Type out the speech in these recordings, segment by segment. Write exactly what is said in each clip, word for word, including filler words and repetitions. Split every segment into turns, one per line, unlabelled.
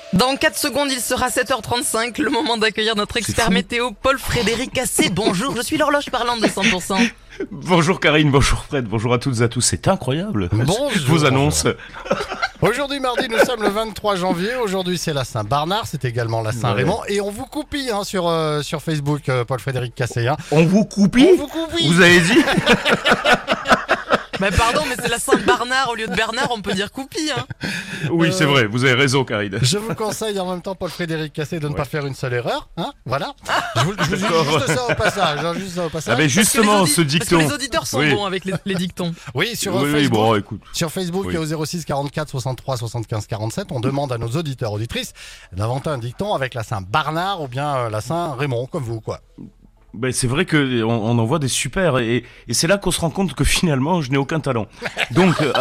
Dans quatre secondes, il sera sept heures trente-cinq, le moment d'accueillir notre expert météo, Paul-Frédéric Cassé. Bonjour, je suis l'horloge parlante de cent pour cent.
Bonjour Karine, bonjour Fred, bonjour à toutes et à tous, c'est incroyable.
Bonjour.
Vos annonces.
Aujourd'hui mardi, nous sommes le vingt-trois janvier, aujourd'hui c'est la Saint-Barnard, c'est également la Saint-Raymond et on vous coupille hein, sur, euh, sur Facebook, euh, Paul-Frédéric Cassé. Hein.
On vous coupille
On vous coupille.
Vous avez dit
Mais pardon, mais c'est la Saint-Bernard au lieu de Bernard, on peut dire Coupille. Hein.
Oui,
Euh,
c'est vrai, vous avez raison Karine.
Je vous conseille en même temps, Paul-Frédéric Cassé, de ne
Ouais.
pas faire une seule erreur. Hein, voilà. Je vous, je vous dis
D'accord.
juste ça au passage. hein, juste ça au passage.
Ah ben justement,
Parce que
ce
les audi-
dicton.
Parce que les auditeurs sont
Oui.
bons avec les, les dictons.
Oui, sur
Oui,
euh,
oui,
Facebook.
bon, écoute.
Sur Facebook
Oui.
et au zéro six quarante-quatre soixante-trois soixante-quinze quarante-sept, on demande à nos auditeurs auditrices d'inventer un dicton avec la Saint-Barnard ou bien euh, la Saint-Raymond, comme vous, quoi.
Ben, c'est vrai que on, on en voit des super et, et c'est là qu'on se rend compte que finalement je n'ai aucun talent. Donc euh,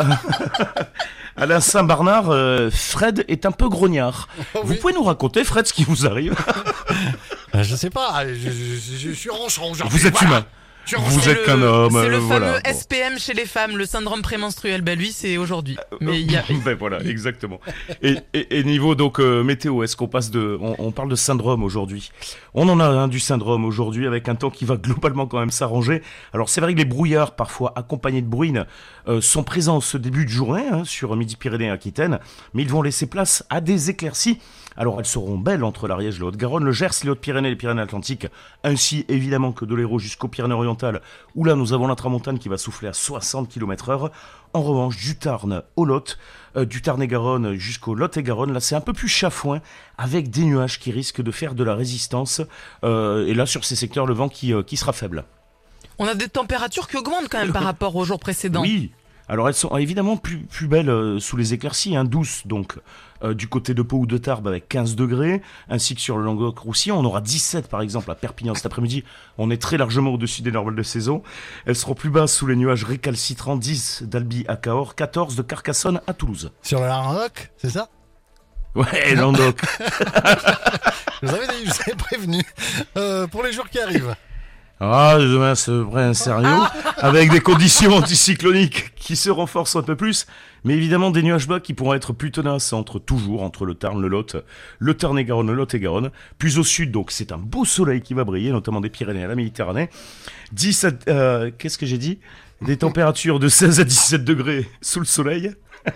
à la Saint-Barnard, euh, Fred est un peu grognard.
Oh,
Vous
oui.
pouvez nous raconter Fred ce qui vous arrive?
Euh, Je sais pas, je, je, je- je suis ronchon aujourd'hui.
Vous êtes
voilà.
humain.
Je suis
Vous
ronchon.
êtes qu'un homme.
C'est le
euh,
fameux
voilà, bon.
S P M chez les femmes, le syndrome prémenstruel. Bah lui, c'est aujourd'hui. Mais il y a...
Ben voilà, exactement. Et, et, et niveau donc euh, météo, est-ce qu'on passe de, on, on parle de syndrome aujourd'hui. On en a un du syndrome aujourd'hui avec un temps qui va globalement quand même s'arranger. Alors c'est vrai que les brouillards, parfois accompagnés de bruines, euh, sont présents ce début de journée hein, sur Midi-Pyrénées et Aquitaine, mais ils vont laisser place à des éclaircies. Alors elles seront belles entre l'Ariège et la Haute-Garonne, le Gers, les Hautes-Pyrénées et les Pyrénées-Atlantiques, ainsi évidemment que de l'Hérault jusqu'aux Pyrénées-Orientales, où là nous avons la tramontane qui va souffler à soixante kilomètres heure. En revanche, du Tarn au Lot, euh, du Tarn-et-Garonne jusqu'au Lot-et-Garonne, là c'est un peu plus chafouin, avec des nuages qui risquent de faire de la résistance, euh, et là sur ces secteurs le vent qui, euh, qui sera faible.
On a des températures qui augmentent quand même par rapport aux jours précédents.
Oui, alors elles sont évidemment plus, plus belles euh, sous les éclaircies, hein, douces donc euh, du côté de Pau ou de Tarbes avec quinze degrés, ainsi que sur le Languedoc-Roussillon. On aura dix-sept par exemple à Perpignan cet après-midi, on est très largement au-dessus des normales de saison. Elles seront plus basses sous les nuages récalcitrants, dix d'Albi à Cahors, quatorze de Carcassonne à Toulouse.
Sur le Languedoc, c'est ça?
Ouais, Languedoc.
Je vous avais dit, je vous avais prévenu. Euh, pour les jours qui arrivent.
Ah, demain c'est vrai un sérieux, avec des conditions anticycloniques qui se renforcent un peu plus, mais évidemment des nuages bas qui pourront être plus tenaces entre toujours entre le Tarn, le Lot, le Tarn-et-Garonne, le Lot-et-Garonne, puis au sud donc c'est un beau soleil qui va briller, notamment des Pyrénées à la Méditerranée. dix à, euh, qu'est-ce que j'ai dit? Des températures de seize à dix-sept degrés sous le soleil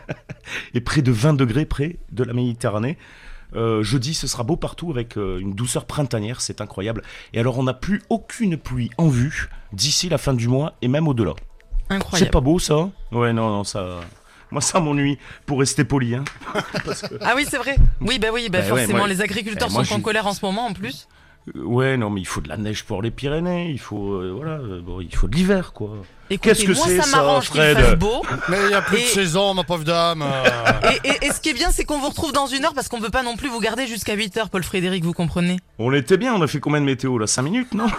et près de vingt degrés près de la Méditerranée. Euh, jeudi, ce sera beau partout avec euh, une douceur printanière, c'est incroyable. Et alors, on n'a plus aucune pluie en vue d'ici la fin du mois et même au-delà.
Incroyable.
C'est pas beau ça? Ouais, non, non, ça. Moi, ça m'ennuie, pour rester poli. Hein. Parce que-
Ah oui, c'est vrai. Oui, bah oui, bah
Bah ouais,
forcément,
moi-
les agriculteurs
eh, moi,
sont en
je-
colère en ce moment en plus.
Euh, Ouais, non, mais il faut de la neige pour les Pyrénées, il faut, euh, voilà, euh, bon, il faut de l'hiver, quoi.
Écoutez,
Qu'est-ce que
moi,
c'est
ça
ça,
m'arrange qu'il
Fred?
fasse beau.
Mais il n'y a plus
Et-
de saison, ma pauvre dame. euh.
Et, et- et ce qui est bien, c'est qu'on vous retrouve dans une heure parce qu'on peut pas non plus vous garder jusqu'à huit heures, Paul-Frédéric, vous comprenez?
On était bien, on a fait combien de météo là? cinq minutes, non?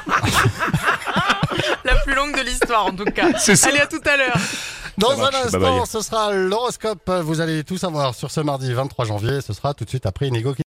La plus longue de l'histoire, en tout cas.
C'est ça.
Allez, à tout à l'heure.
Dans
Ça
un
marche,
instant,
bye bye.
ce sera l'horoscope. Vous allez tout savoir sur ce mardi vingt-trois janvier. Ce sera tout de suite après Inigo.